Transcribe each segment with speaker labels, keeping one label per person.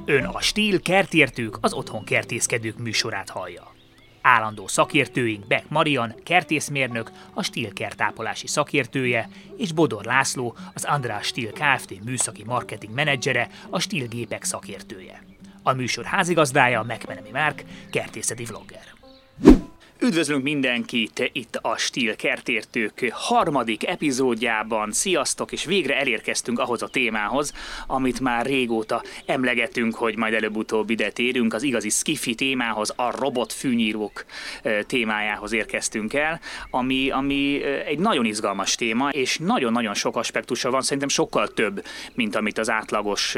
Speaker 1: Ön a Stíl kertértők, az otthon kertészkedők műsorát hallja. Állandó szakértőink Beck Marian, kertészmérnök, a Stíl kertápolási szakértője, és Bodor László, az András Stíl Kft. Műszaki marketing menedzsere, a Stíl gépek szakértője. A műsor házigazdája Megmenemi Márk, kertészeti vlogger. Üdvözlünk mindenkit itt a Stíl kertértők harmadik epizódjában. Sziasztok, és végre elérkeztünk ahhoz a témához, amit már régóta emlegetünk, hogy majd előbb-utóbb ide térünk, az igazi skifi témához, a robotfűnyírók témájához érkeztünk el, ami egy nagyon izgalmas téma, és nagyon-nagyon sok aspektusa van, szerintem sokkal több, mint amit az átlagos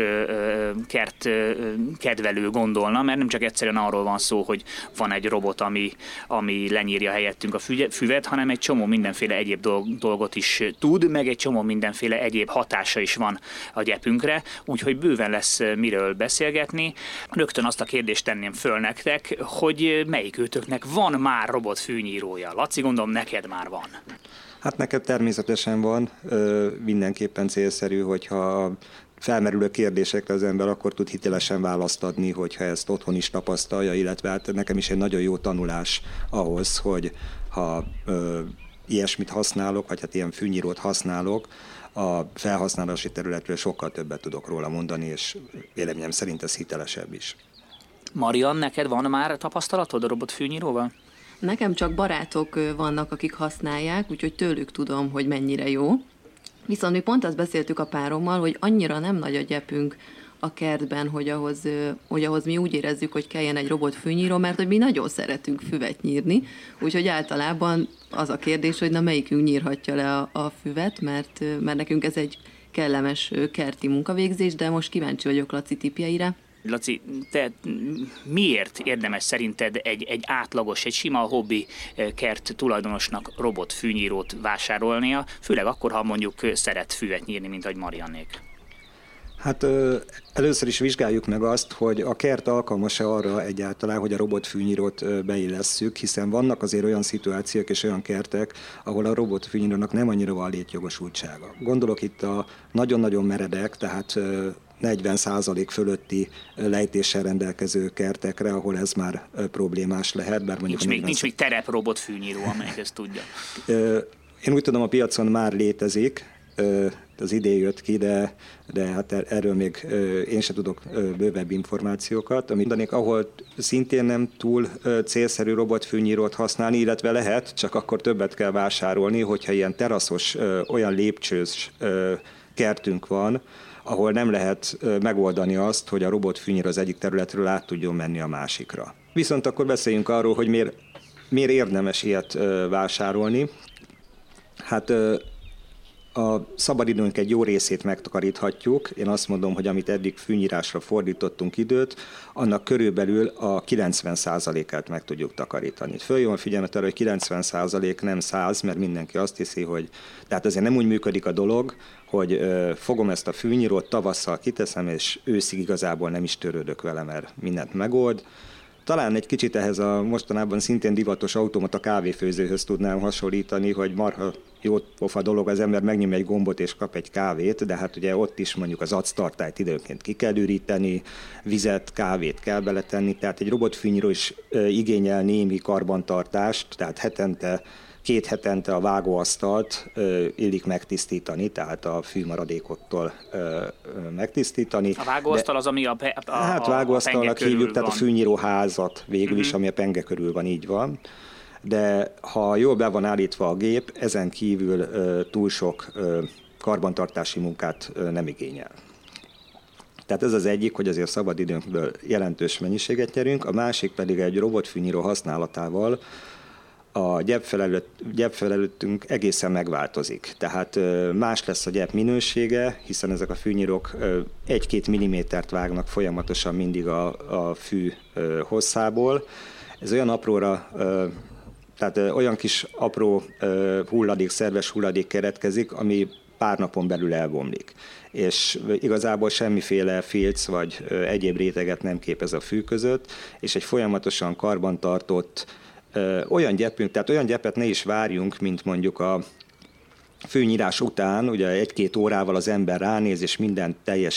Speaker 1: kedvelő gondolna, mert nem csak egyszerűen arról van szó, hogy van egy robot, ami lenyírja helyettünk a füvet, hanem egy csomó mindenféle egyéb dolgot is tud, meg egy csomó mindenféle egyéb hatása is van a gyepünkre, úgyhogy bőven lesz miről beszélgetni. Rögtön azt a kérdést tenném föl nektek, hogy melyikőtöknek van már robotfűnyírója? Laci, gondolom neked már van.
Speaker 2: Hát neked természetesen van, mindenképpen célszerű, hogyha felmerülő kérdésekre az ember akkor tud hitelesen választ adni, hogyha ezt otthon is tapasztalja, illetve hát nekem is egy nagyon jó tanulás ahhoz, hogy ha ilyesmit használok, vagy hát ilyen fűnyírót használok, a felhasználási területről sokkal többet tudok róla mondani, és véleményem szerint ez hitelesebb is.
Speaker 1: Marian, neked van már tapasztalatod a robotfűnyíróval?
Speaker 3: Nekem csak barátok vannak, akik használják, úgyhogy tőlük tudom, hogy mennyire jó. Viszont mi pont azt beszéltük a párommal, hogy annyira nem nagy a gyepünk a kertben, hogy ahhoz mi úgy érezzük, hogy kelljen egy robotfűnyíró, mert hogy mi nagyon szeretünk füvet nyírni, úgyhogy általában az a kérdés, hogy na melyikünk nyírhatja le a füvet, mert nekünk ez egy kellemes kerti munkavégzés, de most kíváncsi vagyok Laci tippjeire.
Speaker 1: Laci, te miért érdemes szerinted egy átlagos, egy sima hobbi kert tulajdonosnak robotfűnyírót vásárolnia, főleg akkor, ha mondjuk szeret füvet nyírni, mint ahogy Mariannék?
Speaker 2: Hát először is vizsgáljuk meg azt, hogy a kert alkalmas-e arra egyáltalán, hogy a robotfűnyírót beillesszük, hiszen vannak azért olyan szituációk és olyan kertek, ahol a robotfűnyírónak nem annyira van létjogosultsága. Gondolok itt a nagyon-nagyon meredek, tehát 40% fölötti lejtéssel rendelkező kertekre, ahol ez már problémás lehet. Bár
Speaker 1: nincs még terep robotfűnyíró, amelyik ezt tudja.
Speaker 2: Én úgy tudom, a piacon már létezik, az idén jött ki, de hát erről még én sem tudok bővebb információkat. Mondanék, ahol szintén nem túl célszerű robotfűnyírót használni, illetve lehet, csak akkor többet kell vásárolni, hogyha ilyen teraszos, olyan lépcsős kertünk van, ahol nem lehet megoldani azt, hogy a robotfűnyíró az egyik területről át tudjon menni a másikra. Viszont akkor beszéljünk arról, hogy miért érdemes ilyet vásárolni. Hát a szabadidőnk egy jó részét megtakaríthatjuk. Én azt mondom, hogy amit eddig fűnyírásra fordítottunk időt, annak körülbelül a 90%-át meg tudjuk takarítani. Följön a figyelmet arra, hogy 90% nem 100, mert mindenki azt hiszi, hogy... Tehát azért nem úgy működik a dolog, hogy fogom ezt a fűnyírót, tavasszal kiteszem, és őszig igazából nem is törődök vele, mert mindent megold. Talán egy kicsit ehhez a mostanában szintén divatos automata kávéfőzőhöz tudnám hasonlítani, hogy marha jó pofa dolog, az ember megnyom egy gombot és kap egy kávét, de hát ugye ott is mondjuk az actartályt időnként ki kell üríteni, vizet, kávét kell beletenni, tehát egy robotfűnyíró is igényel némi karbantartást, tehát 2 hetente a vágóasztalt illik megtisztítani, tehát a fűmaradékoktól megtisztítani.
Speaker 1: A vágóasztal az, ami
Speaker 2: hát vágóasztalnak hívjuk, tehát a fűnyíróházat végül is, ami a penge körül van, így van. De ha jól be van állítva a gép, ezen kívül túl sok karbantartási munkát nem igényel. Tehát ez az egyik, hogy azért szabadidőnkből jelentős mennyiséget nyerünk, a másik pedig egy robotfűnyíró használatával a gyepfelelőttünk egészen megváltozik. Tehát más lesz a gyep minősége, hiszen ezek a fűnyírók 1-2 millimétert vágnak folyamatosan mindig a fű hosszából. Ez olyan apróra, tehát olyan kis apró hulladék, szerves hulladék keretkezik, ami pár napon belül elbomlik. És igazából semmiféle filc vagy egyéb réteget nem képez a fű között, és egy folyamatosan karbantartott olyan gyepünk, tehát olyan gyepet ne is várjunk, mint mondjuk a fűnyírás után, ugye 1-2 órával az ember ránéz, és minden teljesen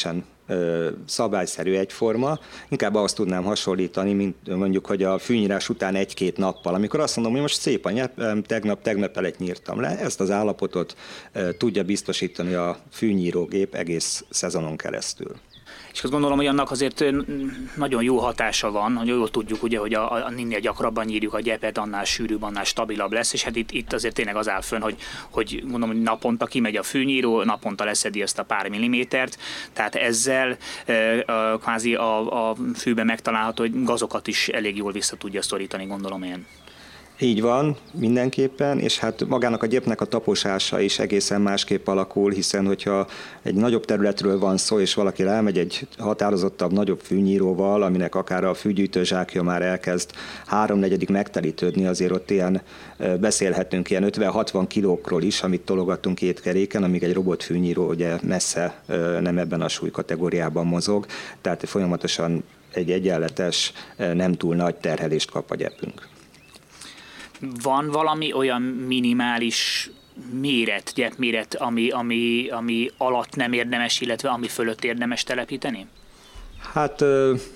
Speaker 2: szabályszerű, egyforma. Inkább azt tudnám hasonlítani, mint mondjuk, hogy a fűnyírás után 1-2 nappal, amikor azt mondom, hogy most szép a nyepem, tegnap elet nyírtam le, ezt az állapotot tudja biztosítani a fűnyírógép egész szezonon keresztül.
Speaker 1: És azt gondolom, hogy annak azért nagyon jó hatása van, hogy jól tudjuk, ugye, hogy minél gyakrabban nyírjuk a gyepet, annál sűrűbb, annál stabilabb lesz, és hát itt azért tényleg az áll fönn, hogy mondom, hogy naponta kimegy a fűnyíró, naponta leszedi ezt a pár millimétert, tehát ezzel kvázi a fűben megtalálható, hogy gazokat is elég jól vissza tudja szorítani, gondolom én.
Speaker 2: Így van, mindenképpen, és hát magának a gyepnek a taposása is egészen másképp alakul, hiszen hogyha egy nagyobb területről van szó, és valaki elmegy egy határozottabb, nagyobb fűnyíróval, aminek akár a fűgyűjtőzsákja már elkezd 3/4 megtelítődni, azért ott beszélhetünk ilyen 50-60 kilókról is, amit tologattunk 2 keréken, amíg egy robotfűnyíró ugye messze nem ebben a súlykategóriában mozog, tehát folyamatosan egy egyenletes, nem túl nagy terhelést kap a gyepünk.
Speaker 1: Van valami olyan minimális gyepméret, ami alatt nem érdemes, illetve ami fölött érdemes telepíteni?
Speaker 2: Hát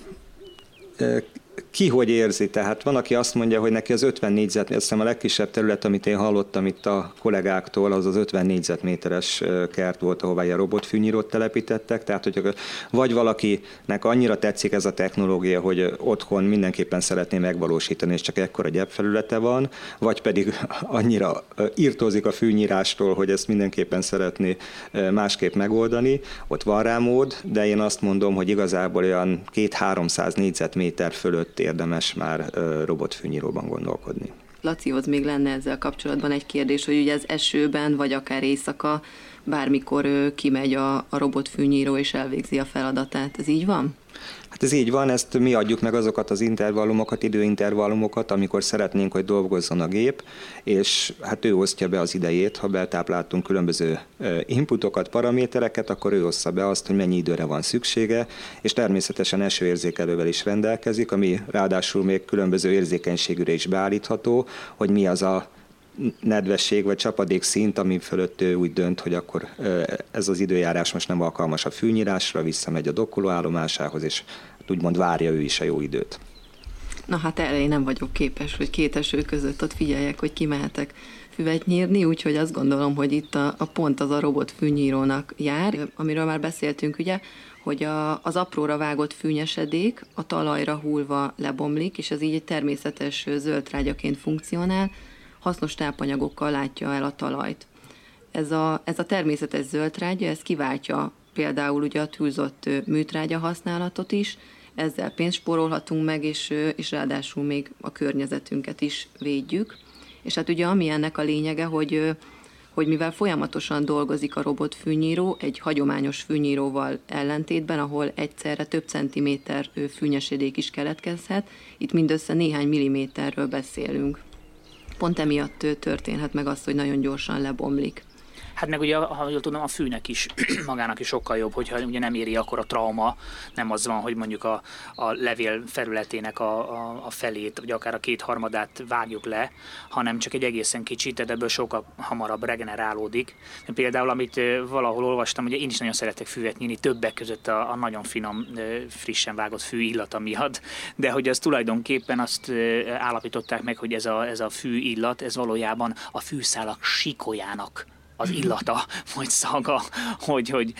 Speaker 2: ki hogy érzi, tehát van, aki azt mondja, hogy neki az 50 négyzetméter, azt hiszem a legkisebb terület, amit én hallottam itt a kollégáktól, az 50 négyzetméteres kert volt, ahová ilyen robotfűnyírót telepítettek, tehát hogy vagy valakinek annyira tetszik ez a technológia, hogy otthon mindenképpen szeretné megvalósítani, és csak ekkora gyepfelülete van, vagy pedig annyira irtózik a fűnyírástól, hogy ezt mindenképpen szeretné másképp megoldani, ott van rá mód, de én azt mondom, hogy igazából olyan 200-300 négyzetméter fölött érdemes már robotfűnyíróban gondolkodni.
Speaker 3: Lacihoz még lenne ezzel kapcsolatban egy kérdés, hogy ugye az esőben, vagy akár éjszaka bármikor kimegy a robotfűnyíró és elvégzi a feladatát. Ez így van?
Speaker 2: Hát ez így van, ezt mi adjuk meg azokat az intervallumokat, időintervallumokat, amikor szeretnénk, hogy dolgozzon a gép, és hát ő osztja be az idejét, ha betápláltunk különböző inputokat, paramétereket, akkor ő ossza be azt, hogy mennyi időre van szüksége, és természetesen esőérzékelővel is rendelkezik, ami ráadásul még különböző érzékenységűre is beállítható, hogy mi az a nedvesség vagy csapadék szint, ami fölött ő úgy dönt, hogy akkor ez az időjárás most nem alkalmas a fűnyírásra, visszamegy a dokkolóállomásához, és úgymond várja ő is a jó időt.
Speaker 3: Na hát erre én nem vagyok képes, hogy 2 eső között ott figyeljek, hogy kimehetek füvet nyírni, úgyhogy azt gondolom, hogy itt a pont az a robotfűnyírónak jár, amiről már beszéltünk, ugye, hogy az apróra vágott fűnyesedék a talajra hullva lebomlik, és ez így egy természetes zöldtrágyaként funkcionál, hasznos tápanyagokkal látja el a talajt. Ez a természetes zöldtrágya, ez kiváltja például ugye a túlzott műtrágya használatot is, ezzel pénzt spórolhatunk meg, és ráadásul még a környezetünket is védjük. És hát ugye ami ennek a lényege, hogy mivel folyamatosan dolgozik a robotfűnyíró, egy hagyományos fűnyíróval ellentétben, ahol egyszerre több centiméter fűnyesedék is keletkezhet, itt mindössze néhány milliméterről beszélünk. Pont emiatt történhet meg az, hogy nagyon gyorsan lebomlik.
Speaker 1: Hát meg ugye, ha jól tudom, a fűnek is, magának is sokkal jobb, hogyha ugye nem éri akkor a trauma, nem az van, hogy mondjuk a levél felületének a felét, vagy akár a 2/3 vágjuk le, hanem csak egy egészen kicsit, tehát ebből sokkal hamarabb regenerálódik. Például, amit valahol olvastam, ugye én is nagyon szeretek füvet nyírni, többek között a nagyon finom, frissen vágott fű illata miatt, de hogy az tulajdonképpen azt állapították meg, hogy ez a fű illat, ez valójában a fűszálak sikolyának az illata, vagy szaga, hogy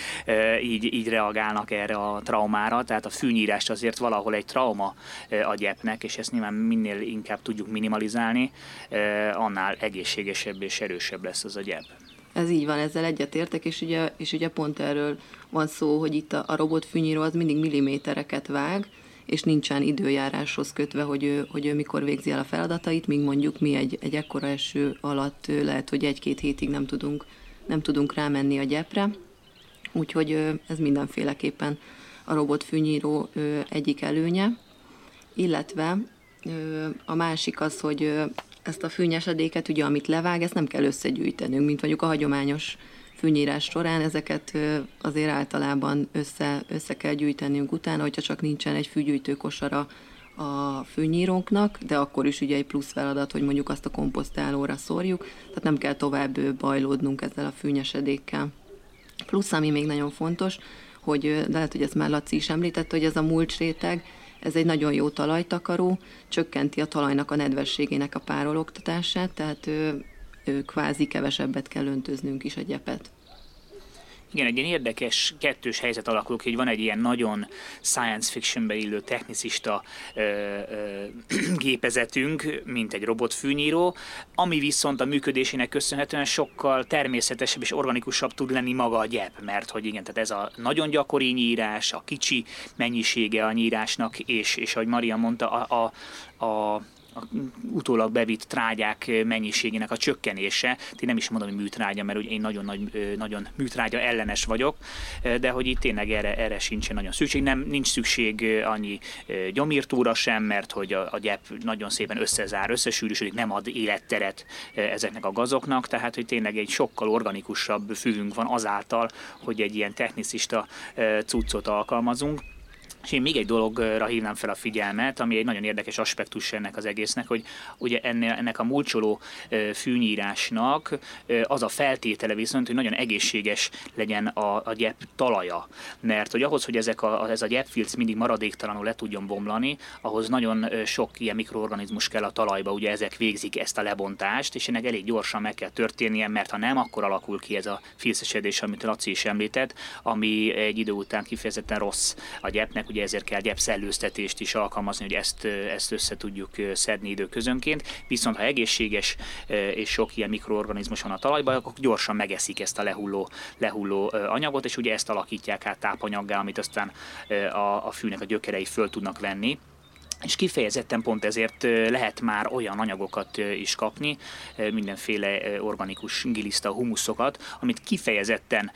Speaker 1: így reagálnak erre a traumára, tehát a fűnyírás azért valahol egy trauma a gyepnek, és ezt nyilván minél inkább tudjuk minimalizálni, annál egészségesebb és erősebb lesz az a gyep.
Speaker 3: Ez így van, ezzel egyetértek, és ugye pont erről van szó, hogy itt a robotfűnyíró az mindig millimétereket vág, és nincsen időjáráshoz kötve, hogy ő mikor végzi el a feladatait, míg mondjuk mi egy ekkora eső alatt lehet, hogy 1-2 hétig nem tudunk rámenni a gyepre. Úgyhogy ez mindenféleképpen a robotfűnyíró egyik előnye. Illetve a másik az, hogy ezt a fűnyesedéket, ugye, amit levág, ezt nem kell összegyűjtenünk, mint mondjuk a hagyományos fűnyírás során, ezeket azért általában össze kell gyűjtenünk utána, hogyha csak nincsen egy fűgyűjtőkosara a fűnyírónknak, de akkor is ugye egy plusz feladat, hogy mondjuk azt a komposztálóra szórjuk, tehát nem kell tovább bajlódnunk ezzel a fűnyesedékkel. Plusz, ami még nagyon fontos, de lehet, hogy ezt már Laci is említette, hogy ez a mulcsréteg, ez egy nagyon jó talajtakaró, csökkenti a talajnak a nedvességének a párologtatását, tehát kvázi kevesebbet kell öntöznünk is a gyepet.
Speaker 1: Igen, egy ilyen érdekes kettős helyzet alakul ki, hogy van egy ilyen nagyon science fictionbe illő technicista gépezetünk, mint egy robotfűnyíró, ami viszont a működésének köszönhetően sokkal természetesebb és organikusabb tud lenni maga a gyep, mert hogy igen, tehát ez a nagyon gyakori nyírás, a kicsi mennyisége a nyírásnak, és ahogy Maria mondta, a utólag bevitt trágyák mennyiségének a csökkenése. Én nem is mondom, hogy műtrágya, mert ugye én nagyon műtrágya ellenes vagyok, de hogy itt tényleg erre sincsen nagyon szükség. Nincs szükség annyi gyomírtóra sem, mert hogy a gyep nagyon szépen összesűrűsödik, nem ad életteret ezeknek a gazoknak, tehát hogy tényleg egy sokkal organikusabb füvünk van azáltal, hogy egy ilyen technicista cuccot alkalmazunk. És én még egy dologra hívnám fel a figyelmet, ami egy nagyon érdekes aspektus ennek az egésznek, hogy ugye ennek a mulcsoló fűnyírásnak az a feltétele viszont, hogy nagyon egészséges legyen a gyep talaja. Mert hogy ahhoz, hogy ez a gyepfilc mindig maradéktalanul le tudjon bomlani, ahhoz nagyon sok ilyen mikroorganizmus kell a talajba, ugye ezek végzik ezt a lebontást, és ennek elég gyorsan meg kell történnie, mert ha nem, akkor alakul ki ez a filcesedés, amit Laci is említett, ami egy idő után kifejezetten rossz a gyepnek. Ugye ezért kell gyepszellőztetést is alkalmazni, hogy ezt össze tudjuk szedni időközönként. Viszont ha egészséges és sok ilyen mikroorganizmus van a talajban, akkor gyorsan megeszik ezt a lehulló anyagot, és ugye ezt alakítják át tápanyaggá, amit aztán a fűnek a gyökerei föl tudnak venni. És kifejezetten pont ezért lehet már olyan anyagokat is kapni, mindenféle organikus giliszta humuszokat, amit kifejezetten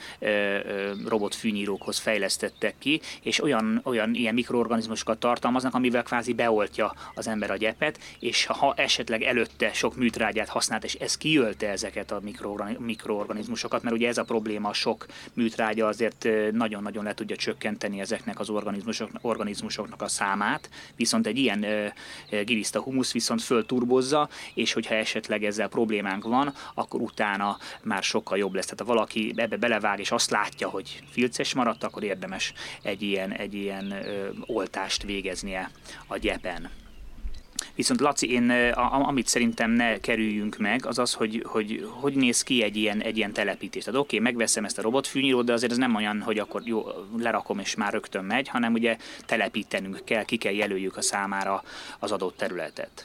Speaker 1: robotfűnyírókhoz fejlesztettek ki, és olyan ilyen mikroorganizmusokat tartalmaznak, amivel kvázi beoltja az ember a gyepet, és ha esetleg előtte sok műtrágyát használt, és ez kiölte ezeket a mikroorganizmusokat, mert ugye ez a probléma, a sok műtrágya azért nagyon-nagyon le tudja csökkenteni ezeknek az organizmusoknak a számát, viszont egy ilyen giliszta humusz viszont fölturbozza, és hogyha esetleg ezzel problémánk van, akkor utána már sokkal jobb lesz. Tehát ha valaki ebbe belevág, és azt látja, hogy filces maradt, akkor érdemes egy ilyen oltást végeznie a gyepen. Viszont Laci, amit szerintem ne kerüljünk meg, az az, hogy néz ki egy ilyen telepítés. Tehát oké, megveszem ezt a robotfűnyírót, de azért ez nem olyan, hogy akkor jó, lerakom és már rögtön megy, hanem ugye telepítenünk kell, ki kell jelöljük a számára az adott területet.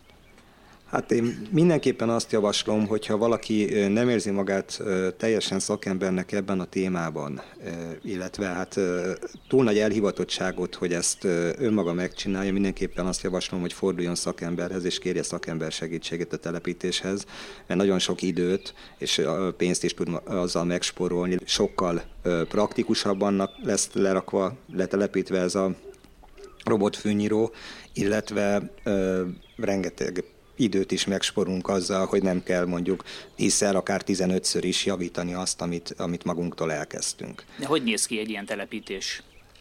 Speaker 2: Hát én mindenképpen azt javaslom, hogyha valaki nem érzi magát teljesen szakembernek ebben a témában, illetve hát túl nagy elhivatottságot, hogy ezt önmaga megcsinálja, mindenképpen azt javaslom, hogy forduljon szakemberhez, és kérje szakember segítségét a telepítéshez, mert nagyon sok időt és pénzt is tud azzal megspórolni. Sokkal praktikusabban lesz letelepítve ez a robotfűnyíró, illetve rengeteg időt is megsporunk azzal, hogy nem kell mondjuk 10-szer, akár 15-ször is javítani azt, amit magunktól elkezdtünk.
Speaker 1: De hogy néz ki egy ilyen telepítés?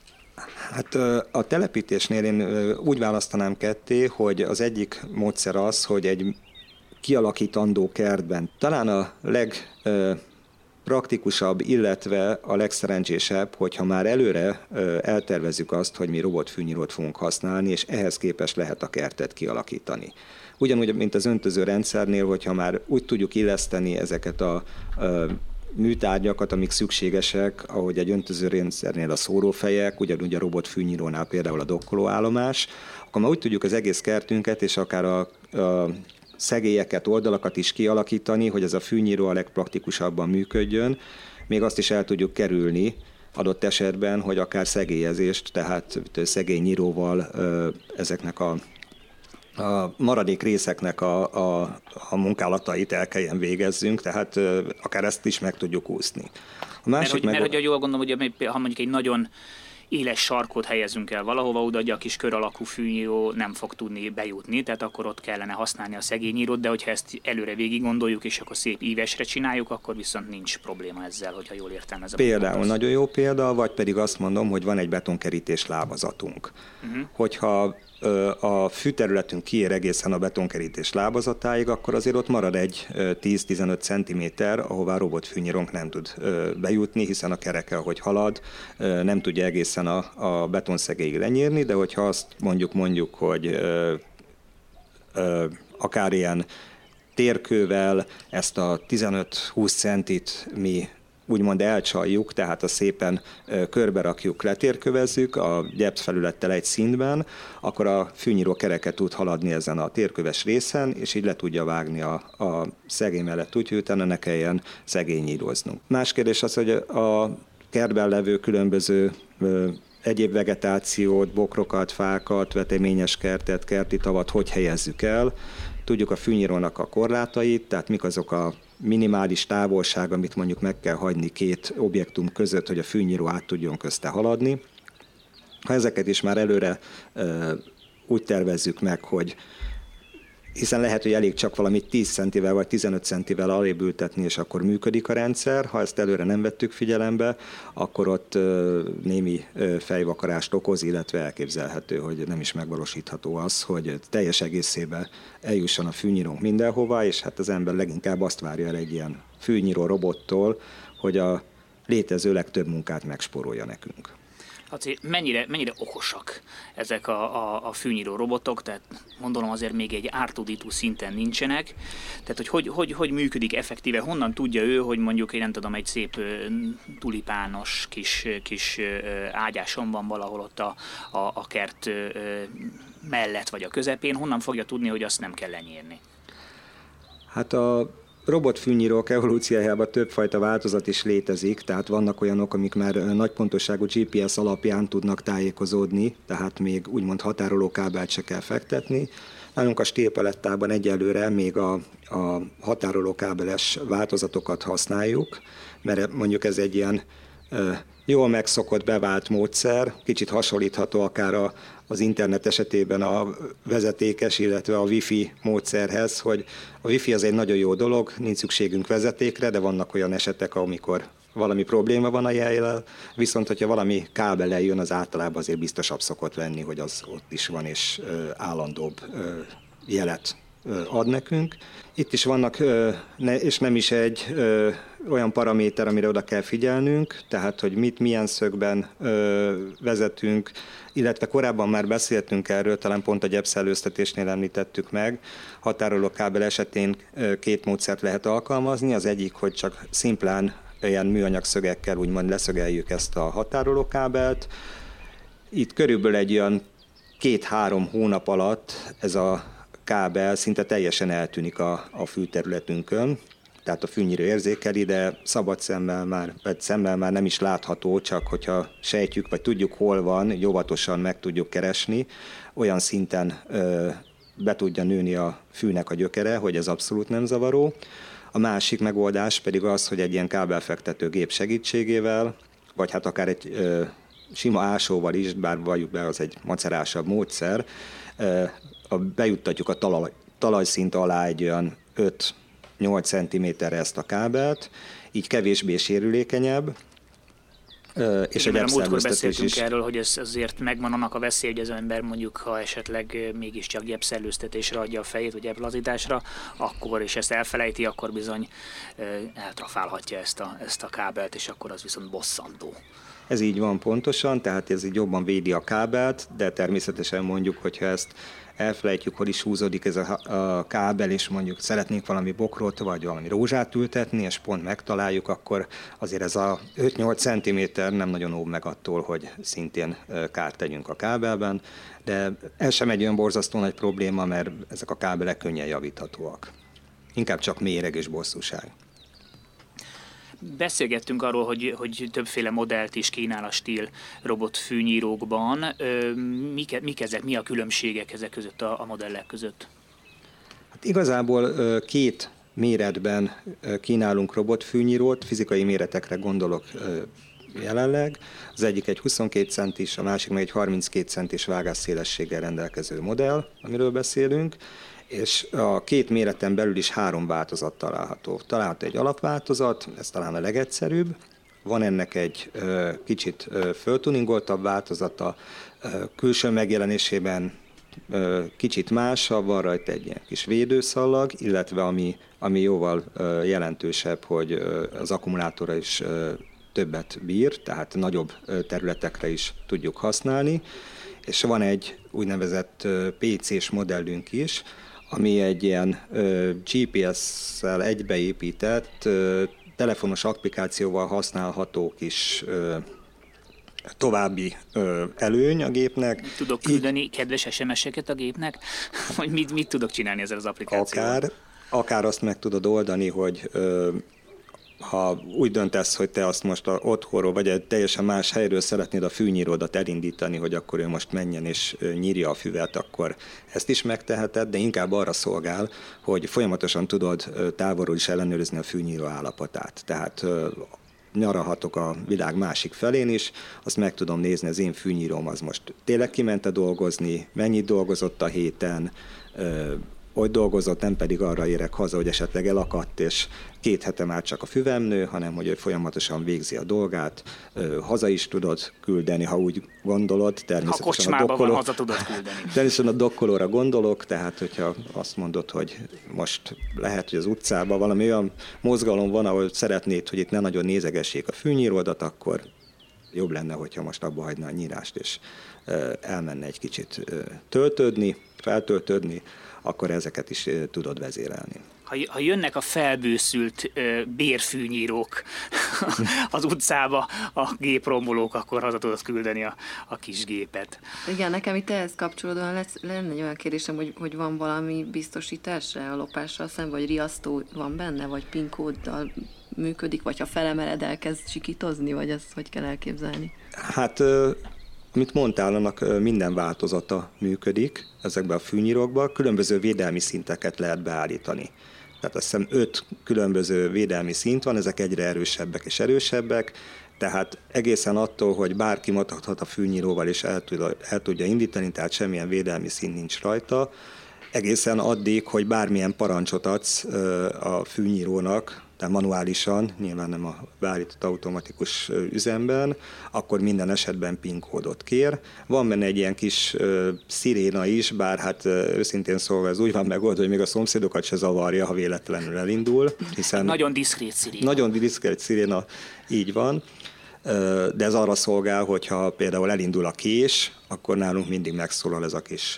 Speaker 2: Hát a telepítésnél én úgy választanám ketté, hogy az egyik módszer az, hogy egy kialakítandó kertben talán a legpraktikusabb, illetve a legszerencsésebb, hogyha már előre eltervezzük azt, hogy mi robotfűnyírót fogunk használni, és ehhez képest lehet a kertet kialakítani. Ugyanúgy, mint az öntöző rendszernél, hogyha már úgy tudjuk illeszteni ezeket a műtárgyakat, amik szükségesek, ahogy egy öntöző rendszernél a szórófejek, ugyanúgy a robotfűnyírónál például a dokkolóállomás, akkor már úgy tudjuk az egész kertünket, és akár a szegélyeket, oldalakat is kialakítani, hogy ez a fűnyíró a legpraktikusabban működjön, még azt is el tudjuk kerülni, adott esetben, hogy akár szegélyezést, tehát szegélynyíróval ezeknek a maradék részeknek a munkálatait el kelljen végezzünk, tehát akár ezt is meg tudjuk úszni.
Speaker 1: Mert hogy jól gondolom, hogy ha mondjuk egy nagyon éles sarkot helyezünk el valahova, oda, hogy a kis kör alakú fűnyíró nem fog tudni bejutni, tehát akkor ott kellene használni a szegényírót, de hogyha ezt előre végig gondoljuk, és akkor szép ívesre csináljuk, akkor viszont nincs probléma ezzel, hogyha jól értelmezem.
Speaker 2: Például nagyon jó példa, vagy pedig azt mondom, hogy van egy betonkerítés lábazatunk. Hogyha a fűterületünk kiér egészen a betonkerítés lábazatáig, akkor azért ott marad egy 10-15 cm, ahová robotfűnyírónk nem tud bejutni, hiszen a kereke, ahogy halad, nem tudja egészen a betonszegélyig lenyírni, de hogyha azt mondjuk, hogy akár ilyen térkővel ezt a 15-20 centit mi úgymond elcsaljuk, tehát a szépen körbe rakjuk, letérkövezzük a gyepszfelülettel egy szintben, akkor a fűnyíró kereke tud haladni ezen a térköves részen, és így le tudja vágni a szegély mellett úgy, hogy utána ne kelljen szegényíroznunk. Más kérdés az, hogy a kertben levő különböző egyéb vegetációt, bokrokat, fákat, veteményes kertet, kerti tavat hogy helyezzük el. Tudjuk a fűnyírónak a korlátait, tehát mik azok a minimális távolság, amit mondjuk meg kell hagyni két objektum között, hogy a fűnyíró át tudjon közte haladni. Ha ezeket is már előre úgy tervezzük meg, hogy hiszen lehet, hogy elég csak valamit 10 centivel vagy 15 centivel alébb ültetni, és akkor működik a rendszer. Ha ezt előre nem vettük figyelembe, akkor ott némi fejvakarást okoz, illetve elképzelhető, hogy nem is megvalósítható az, hogy teljes egészében eljusson a fűnyírónk mindenhova, és hát az ember leginkább azt várja el egy ilyen fűnyíró robottól, hogy a létező legtöbb munkát megspórolja nekünk.
Speaker 1: Laci, mennyire okosak ezek a fűnyíró robotok, tehát gondolom azért még egy R2D2 szinten nincsenek, tehát hogy működik effektíve, honnan tudja ő, hogy mondjuk én nem tudom, egy szép tulipános kis ágyáson van valahol ott a kert mellett vagy a közepén, honnan fogja tudni, hogy azt nem kell lenyírni?
Speaker 2: Hát a robotfűnyírók evolúciójában többfajta változat is létezik, tehát vannak olyanok, amik már nagy pontosságú GPS alapján tudnak tájékozódni, tehát még úgymond határoló kábelt se kell fektetni. Nálunk a stílpalettában egyelőre még a határoló kábeles változatokat használjuk, mert mondjuk ez egy ilyen jól megszokott, bevált módszer, kicsit hasonlítható akár az internet esetében a vezetékes, illetve a wifi módszerhez, hogy a wifi az egy nagyon jó dolog, nincs szükségünk vezetékre, de vannak olyan esetek, amikor valami probléma van a jellel, viszont hogyha valami kábellel jön, az általában azért biztosabb szokott lenni, hogy az ott is van, és állandóbb jelet ad nekünk. Itt is vannak, és nem is egy olyan paraméter, amire oda kell figyelnünk, tehát hogy milyen szögben vezetünk, illetve korábban már beszéltünk erről, talán pont a gyepszellőztetésnél említettük meg. Határoló kábel esetén két módszert lehet alkalmazni, az egyik, hogy csak szimplán ilyen műanyag szögekkel úgymond leszögeljük ezt a határoló kábelt. Itt körülbelül egy olyan 2-3 hónap alatt ez a kábel szinte teljesen eltűnik a fűterületünkön, tehát a fűnyíró érzékeli, de szabad szemmel már nem is látható, csak hogyha sejtjük, vagy tudjuk hol van, óvatosan meg tudjuk keresni, olyan szinten be tudja nőni a fűnek a gyökere, hogy ez abszolút nem zavaró. A másik megoldás pedig az, hogy egy ilyen kábelfektető gép segítségével, vagy hát akár egy sima ásóval is, bár valljuk be, az egy macerásabb módszer, bejuttatjuk a talajszint alá egy olyan 5-8 cm-re ezt a kábelt, így kevésbé sérülékenyebb, és
Speaker 1: igen, a múltkor beszéltünk is erről, hogy ez azért megvan annak a veszély, hogy az ember mondjuk, ha esetleg mégiscsak gyepszellőztetésre adja a fejét, vagy gyepplazításra, akkor, és ezt elfelejti, akkor bizony eltrafálhatja ezt a kábelt, és akkor az viszont bosszantó.
Speaker 2: Ez így van pontosan, tehát ez így jobban védi a kábelt, de természetesen mondjuk, hogyha ezt elfelejtjük, hol is húzódik ez a kábel, és mondjuk szeretnénk valami bokrot, vagy valami rózsát ültetni, és pont megtaláljuk, akkor azért ez a 5-8 cm nem nagyon óv meg attól, hogy szintén kárt tegyünk a kábelben, de ez sem egy olyan borzasztó nagy probléma, mert ezek a kábelek könnyen javíthatóak. Inkább csak méreg és bosszúság.
Speaker 1: Beszélgettünk arról, hogy többféle modellt is kínál a Stihl robotfűnyírókban. Mik ezek, mi a különbségek ezek között a modellek között?
Speaker 2: Hát igazából két méretben kínálunk robotfűnyírót, fizikai méretekre gondolok jelenleg. Az egyik egy 22 centis, a másik meg egy 32 centis vágásszélességgel rendelkező modell, amiről beszélünk, és a két méreten belül is 3 változat található. Található egy alapváltozat, ez talán a legegyszerűbb, van ennek egy kicsit föltuningoltabb változata, külső megjelenésében kicsit másabb, van rajta egy ilyen kis védőszallag, illetve ami jóval jelentősebb, hogy az akkumulátora is többet bír, tehát nagyobb területekre is tudjuk használni, és van egy úgynevezett PC-s modellünk is, ami egy ilyen GPS-szel egybeépített, telefonos applikációval használható kis további előny a gépnek.
Speaker 1: Tudok küldeni kedves SMS-eket a gépnek? Vagy mit tudok csinálni ezzel az applikációval?
Speaker 2: Akár azt meg tudod oldani, hogy ha úgy döntesz, hogy te azt most otthonról, vagy egy teljesen más helyről szeretnéd a fűnyíródat elindítani, hogy akkor ő most menjen és nyírja a füvet, akkor ezt is megteheted, de inkább arra szolgál, hogy folyamatosan tudod távolról is ellenőrizni a fűnyíró állapotát. Tehát nyaralhatok a világ másik felén is, azt meg tudom nézni, az én fűnyíróm az most tényleg kimente dolgozni, mennyit dolgozott a héten, hogy dolgozott, nem pedig arra érek haza, hogy esetleg elakadt, és 2 hete már csak a füvem nő, hanem hogy ő folyamatosan végzi a dolgát, haza is tudod küldeni, ha úgy gondolod.
Speaker 1: Természetesen ha kocsmában van, haza tudod küldeni.
Speaker 2: Természetesen a dokkolóra gondolok, tehát hogyha azt mondod, hogy most lehet, hogy az utcában valami olyan mozgalom van, ahol szeretnéd, hogy itt ne nagyon nézegessék a fűnyíródat, akkor jobb lenne, hogyha most abba hagyna a nyírást, és elmenne egy kicsit feltöltődni, akkor ezeket is tudod vezérelni.
Speaker 1: Ha jönnek a felbőszült bérfűnyírók az utcába, a géprombolók, akkor haza tudod küldeni a kis gépet.
Speaker 3: Igen, nekem itt ehhez kapcsolódóan lenne egy olyan kérdésem, hogy van valami biztosítás a lopással szemben, vagy riasztó van benne, vagy PIN kóddal működik, vagy ha felemeled, elkezd sikítozni, vagy ezt hogy kell elképzelni?
Speaker 2: Hát, amit mondtál, annak minden változata működik ezekben a fűnyírókban, különböző védelmi szinteket lehet beállítani. Tehát azt hiszem 5 különböző védelmi szint van, ezek egyre erősebbek és erősebbek, tehát egészen attól, hogy bárki matadhat a fűnyíróval és el tudja indítani, tehát semmilyen védelmi szint nincs rajta, egészen addig, hogy bármilyen parancsot adsz a fűnyírónak, tehát manuálisan, nyilván nem a beállított automatikus üzemben, akkor minden esetben PIN kódot kér. Van benne egy ilyen kis sziréna is, bár hát őszintén szólva ez úgy van megoldva, hogy még a szomszédokat se zavarja, ha véletlenül elindul. Hiszen
Speaker 1: nagyon diszkrét sziréna.
Speaker 2: Nagyon diszkrét sziréna, így van. De ez arra szolgál, hogyha például elindul a kés, akkor nálunk mindig megszólal ez a kis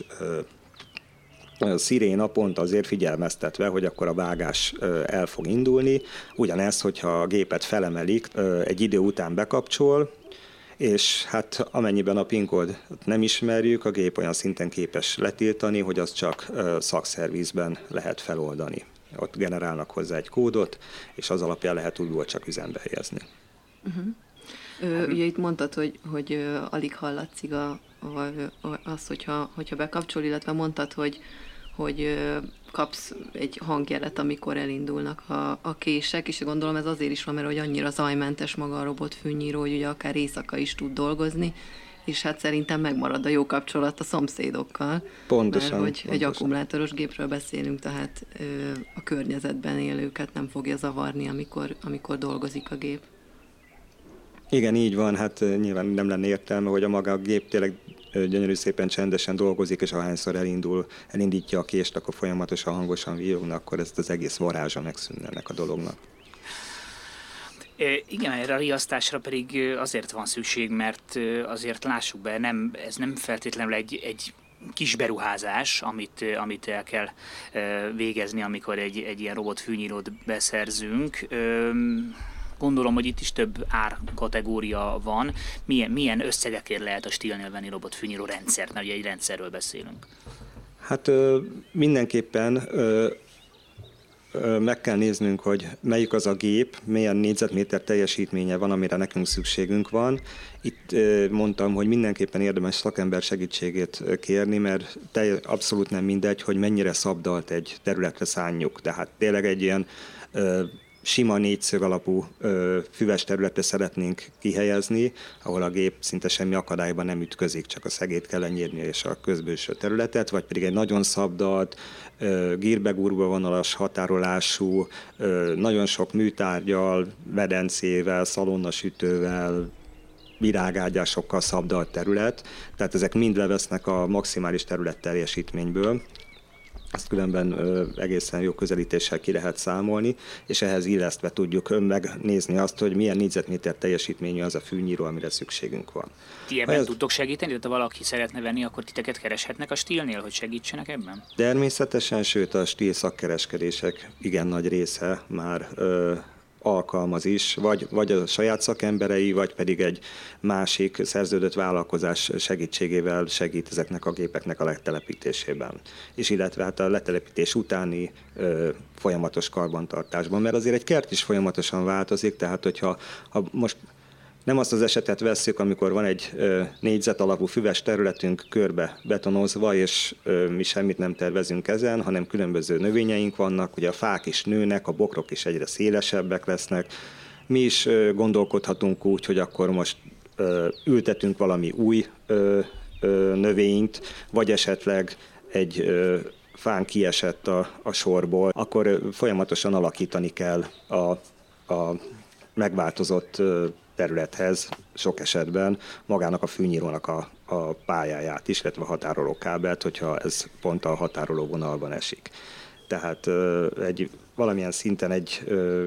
Speaker 2: sziréna, pont azért figyelmeztetve, hogy akkor a vágás el fog indulni. Ugyanez, hogyha a gépet felemelik, egy idő után bekapcsol, és hát amennyiben a PIN kód nem ismerjük, a gép olyan szinten képes letiltani, hogy az csak szakszervizben lehet feloldani. Ott generálnak hozzá egy kódot, és az alapján lehet újból csak üzembe helyezni.
Speaker 3: Ugye itt mondtad, hogy alig hallatszik az, hogyha bekapcsol, illetve mondtad, hogy kapsz egy hangjelet, amikor elindulnak a kések, és gondolom ez azért is van, mert hogy annyira zajmentes maga a robotfűnyíró, hogy ugye akár éjszaka is tud dolgozni, és hát szerintem megmarad a jó kapcsolat a szomszédokkal.
Speaker 2: Pontosan.
Speaker 3: Mert hogy
Speaker 2: pontosan.
Speaker 3: egy akkumulátoros gépről beszélünk, tehát a környezetben élőket nem fogja zavarni, amikor dolgozik a gép.
Speaker 2: Igen, így van, hát nyilván nem lenne értelme, hogy a maga a gép tényleg gyönyörű szépen csendesen dolgozik, és ahányszor elindítja a kést, akkor folyamatosan hangosan vírogna, akkor ezt az egész varázsa megszűnne ennek a dolognak.
Speaker 1: Igen, erre a riasztásra pedig azért van szükség, mert azért lássuk be, ez nem feltétlenül egy kis beruházás, amit el kell végezni, amikor egy ilyen robotfűnyírót beszerzünk. Gondolom, hogy itt is több árkategória van. Milyen összegekért lehet a Stihlnél venni robotfűnyíró rendszert, mert ugye egy rendszerről beszélünk?
Speaker 2: Hát mindenképpen meg kell néznünk, hogy melyik az a gép, milyen négyzetméter teljesítménye van, amire nekünk szükségünk van. Itt mondtam, hogy mindenképpen érdemes szakember segítségét kérni, mert abszolút nem mindegy, hogy mennyire szabdalt egy területre szánjuk. Tehát tényleg egy ilyen sima négyszög alapú füves területre szeretnénk kihelyezni, ahol a gép szinte semmi akadályban nem ütközik, csak a szegét kell lenyírni és a közbülső területet, vagy pedig egy nagyon szabdalt, gírbegúrba vonalas határolású, nagyon sok műtárgyal, medencével, szalonnasütővel, virágágyásokkal szabdalt terület, tehát ezek mind levesznek a maximális területteljesítményből. Ezt különben egészen jó közelítéssel ki lehet számolni, és ehhez illesztve tudjuk megnézni azt, hogy milyen négyzetméter teljesítményű az a fűnyíró, amire szükségünk van.
Speaker 1: Ti ebben tudtok segíteni? Tehát ha valaki szeretne venni, akkor titeket kereshetnek a Stílnél, hogy segítsenek ebben?
Speaker 2: Természetesen, sőt a Stíl szakkereskedések igen nagy része már alkalmaz is, vagy a saját szakemberei, vagy pedig egy másik szerződött vállalkozás segítségével segít ezeknek a gépeknek a letelepítésében. És illetve hát a letelepítés utáni folyamatos karbantartásban, mert azért egy kert is folyamatosan változik, tehát hogyha most nem azt az esetet vesszük, amikor van egy négyzet alapú füves területünk körbe betonozva, és mi semmit nem tervezünk ezen, hanem különböző növényeink vannak, ugye a fák is nőnek, a bokrok is egyre szélesebbek lesznek. Mi is gondolkodhatunk úgy, hogy akkor most ültetünk valami új növényt, vagy esetleg egy fán kiesett a sorból, akkor folyamatosan alakítani kell a megváltozott területhez sok esetben magának a fűnyírónak a pályáját is, illetve a határoló kábelt, hogyha ez pont a határoló vonalban esik. Tehát valamilyen szinten egy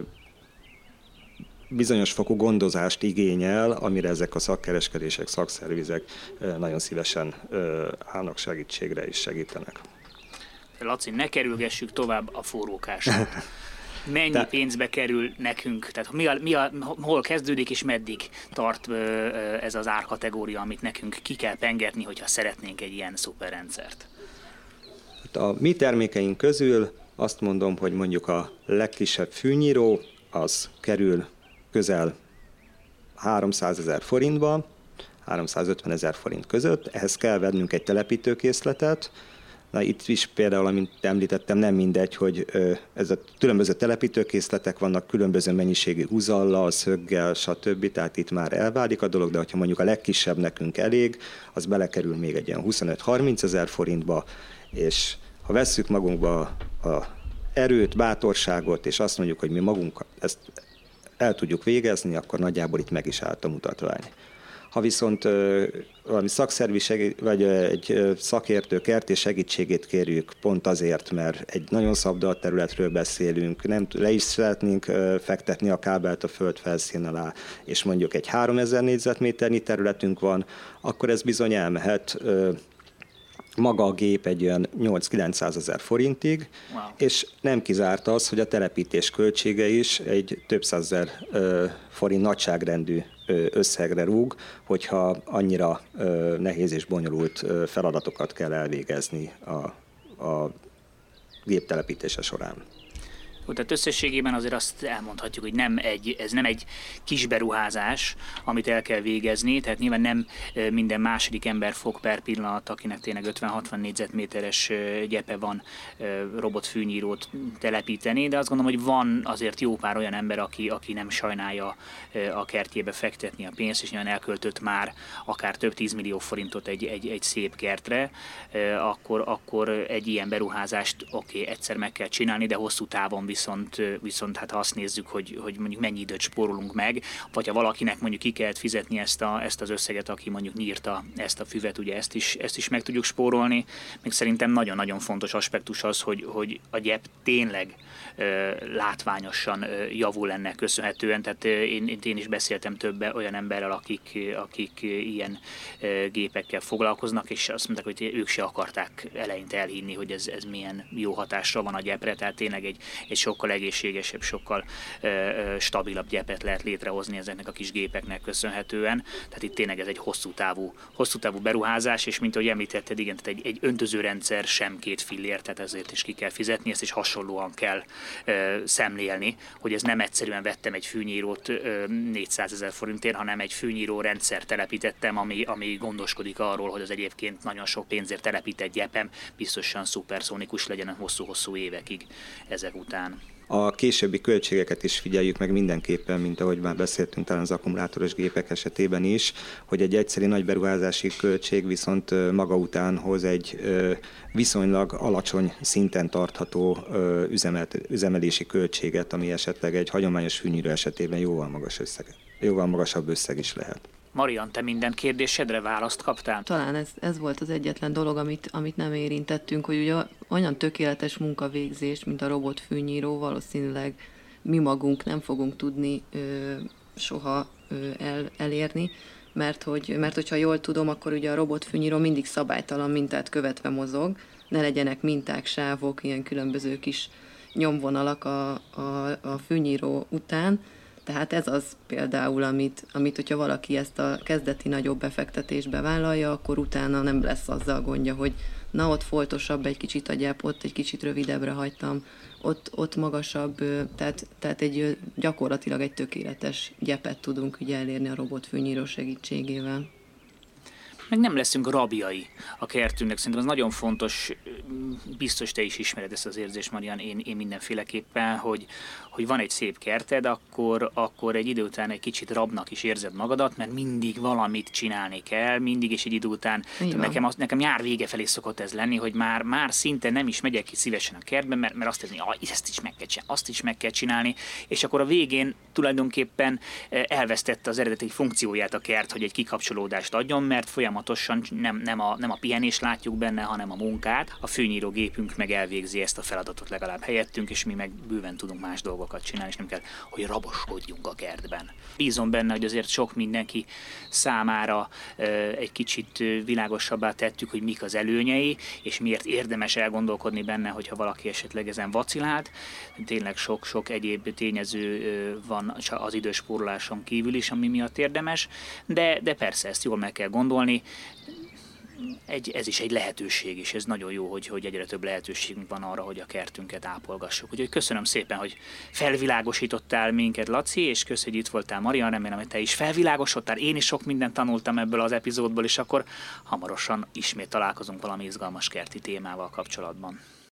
Speaker 2: bizonyos fokú gondozást igényel, amire ezek a szakkereskedések, szakszervizek nagyon szívesen állnak segítségre és segítenek.
Speaker 1: Laci, ne kerülgessük tovább a forrókását. Mennyi pénzbe kerül nekünk? Tehát hol kezdődik és meddig tart ez az árkategória, amit nekünk ki kell pengetni, hogyha szeretnénk egy ilyen szuperrendszert?
Speaker 2: A mi termékeink közül azt mondom, hogy mondjuk a legkisebb fűnyíró az kerül közel 300 000 forintba, 350 000 forint között. Ehhez kell vennünk egy telepítőkészletet. Na, itt is például, amint említettem, nem mindegy, hogy ez a különböző telepítőkészletek vannak, különböző mennyiségű húzallal, szöggel, stb. Tehát itt már elválik a dolog, de hogyha mondjuk a legkisebb nekünk elég, az belekerül még egy ilyen 25-30 000 forintba, és ha vesszük magunkba a erőt, bátorságot, és azt mondjuk, hogy mi magunk ezt el tudjuk végezni, akkor nagyjából itt meg is állt a mutatvány. Ha viszont valami szakszervi vagy egy szakértő kertész segítségét kérjük pont azért, mert egy nagyon szabdalt területről beszélünk, nem le is szeretnénk fektetni a kábelt a föld felszín alá, és mondjuk egy 3000 négyzetméternyi területünk van, akkor ez bizony elmehet maga a gép egy olyan 8-900 000 forintig, wow. És nem kizárt az, hogy a telepítés költsége is egy több százezer forint nagyságrendű összegre rúg, hogyha annyira nehéz és bonyolult feladatokat kell elvégezni a gép telepítése során.
Speaker 1: Tehát összességében azért azt elmondhatjuk, hogy ez nem egy kis beruházás, amit el kell végezni, tehát nyilván nem minden második ember fog per pillanat, akinek tényleg 50-60 négyzetméteres gyepe van, robotfűnyírót telepíteni, de azt gondolom, hogy van azért jó pár olyan ember, aki nem sajnálja a kertjébe fektetni a pénzt, és nyilván elköltött már akár több 10 millió forintot egy szép kertre, akkor egy ilyen beruházást egyszer meg kell csinálni, de hosszú távon viszont hát ha azt nézzük, hogy mondjuk mennyi időt spórolunk meg, vagy ha valakinek mondjuk ki kellett fizetni ezt az összeget, aki mondjuk nyírta ezt a füvet, ugye ezt is meg tudjuk spórolni. Még szerintem nagyon-nagyon fontos aspektus az, hogy a gyep tényleg látványosan javul ennek köszönhetően. Tehát én is beszéltem több olyan emberrel, akik ilyen gépekkel foglalkoznak, és azt mondták, hogy ők se akarták eleinte elhinni, hogy ez milyen jó hatásra van a gyepre, tehát tényleg egy sokkal egészségesebb, sokkal stabilabb gyepet lehet létrehozni ezeknek a kis gépeknek köszönhetően. Tehát itt tényleg ez egy hosszú távú beruházás, és mint ahogy említetted, igen, tehát egy öntözőrendszer sem 2 fillér, tehát ezért is ki kell fizetni, ezt is hasonlóan kell szemlélni, hogy ez nem egyszerűen vettem egy fűnyírót 400 000 forintért, hanem egy fűnyíró rendszer telepítettem, ami gondoskodik arról, hogy az egyébként nagyon sok pénzért telepített gyepem biztosan szuperszónikus legyen hosszú-hosszú évekig ezek után.
Speaker 2: A későbbi költségeket is figyeljük meg mindenképpen, mint ahogy már beszéltünk talán az akkumulátoros gépek esetében is, hogy egy egyszeri nagy beruházási költség viszont maga után hoz egy viszonylag alacsony szinten tartható üzemelési költséget, ami esetleg egy hagyományos fűnyíró esetében jóval magasabb összeg is lehet.
Speaker 1: Marian, te minden kérdésedre választ kaptál?
Speaker 3: Talán ez volt az egyetlen dolog, amit nem érintettünk, hogy ugye olyan tökéletes munkavégzést, mint a robotfűnyíró, valószínűleg mi magunk nem fogunk tudni soha elérni, mert hogyha jól tudom, akkor ugye a robotfűnyíró mindig szabálytalan mintát követve mozog, ne legyenek minták, sávok, ilyen különböző kis nyomvonalak a fűnyíró után. Tehát ez az például, amit hogyha valaki ezt a kezdeti nagyobb befektetésbe vállalja, akkor utána nem lesz azzal gondja, hogy na ott foltosabb egy kicsit a gyep, ott egy kicsit rövidebbre hagytam, ott magasabb, tehát gyakorlatilag egy tökéletes gyepet tudunk ugye elérni a robotfűnyíró segítségével.
Speaker 1: Meg nem leszünk rabjai a kertünknek. Szerintem az nagyon fontos, biztos te is ismered ezt az érzést, Marian, én mindenféleképpen, hogy van egy szép kerted, akkor egy idő után egy kicsit rabnak is érzed magadat, mert mindig valamit csinálni kell, mindig, és egy idő után, nekem nyár vége felé szokott ez lenni, hogy már szinte nem is megyek ki szívesen a kertbe, mert azt érzni, ezt is meg kell csinálni, azt is meg kell csinálni, és akkor a végén tulajdonképpen elvesztette az eredeti funkcióját a kert, hogy egy kikapcsolódást adjon, mert folyamatosan nem a pihenést látjuk benne, hanem a munkát. A fűnyírógépünk meg elvégzi ezt a feladatot legalább helyettünk, és mi meg bőven tudunk más dolgokat csinálni, és nem kell, hogy raboskodjunk a kertben. Bízom benne, hogy azért sok mindenki számára egy kicsit világosabbá tettük, hogy mik az előnyei, és miért érdemes elgondolkodni benne, hogyha valaki esetleg ezen vacilált. Tényleg sok egyéb tényező van az időspóroláson kívül is, ami miatt érdemes, de persze ezt jól meg kell gondolni. Ez is egy lehetőség, és ez nagyon jó, hogy egyre több lehetőségünk van arra, hogy a kertünket ápolgassuk. Úgyhogy köszönöm szépen, hogy felvilágosítottál minket, Laci, és köszönjük, hogy itt voltál, Marian, remélem, hogy te is felvilágosodtál. Én is sok mindent tanultam ebből az epizódból, és akkor hamarosan ismét találkozunk valami izgalmas kerti témával kapcsolatban.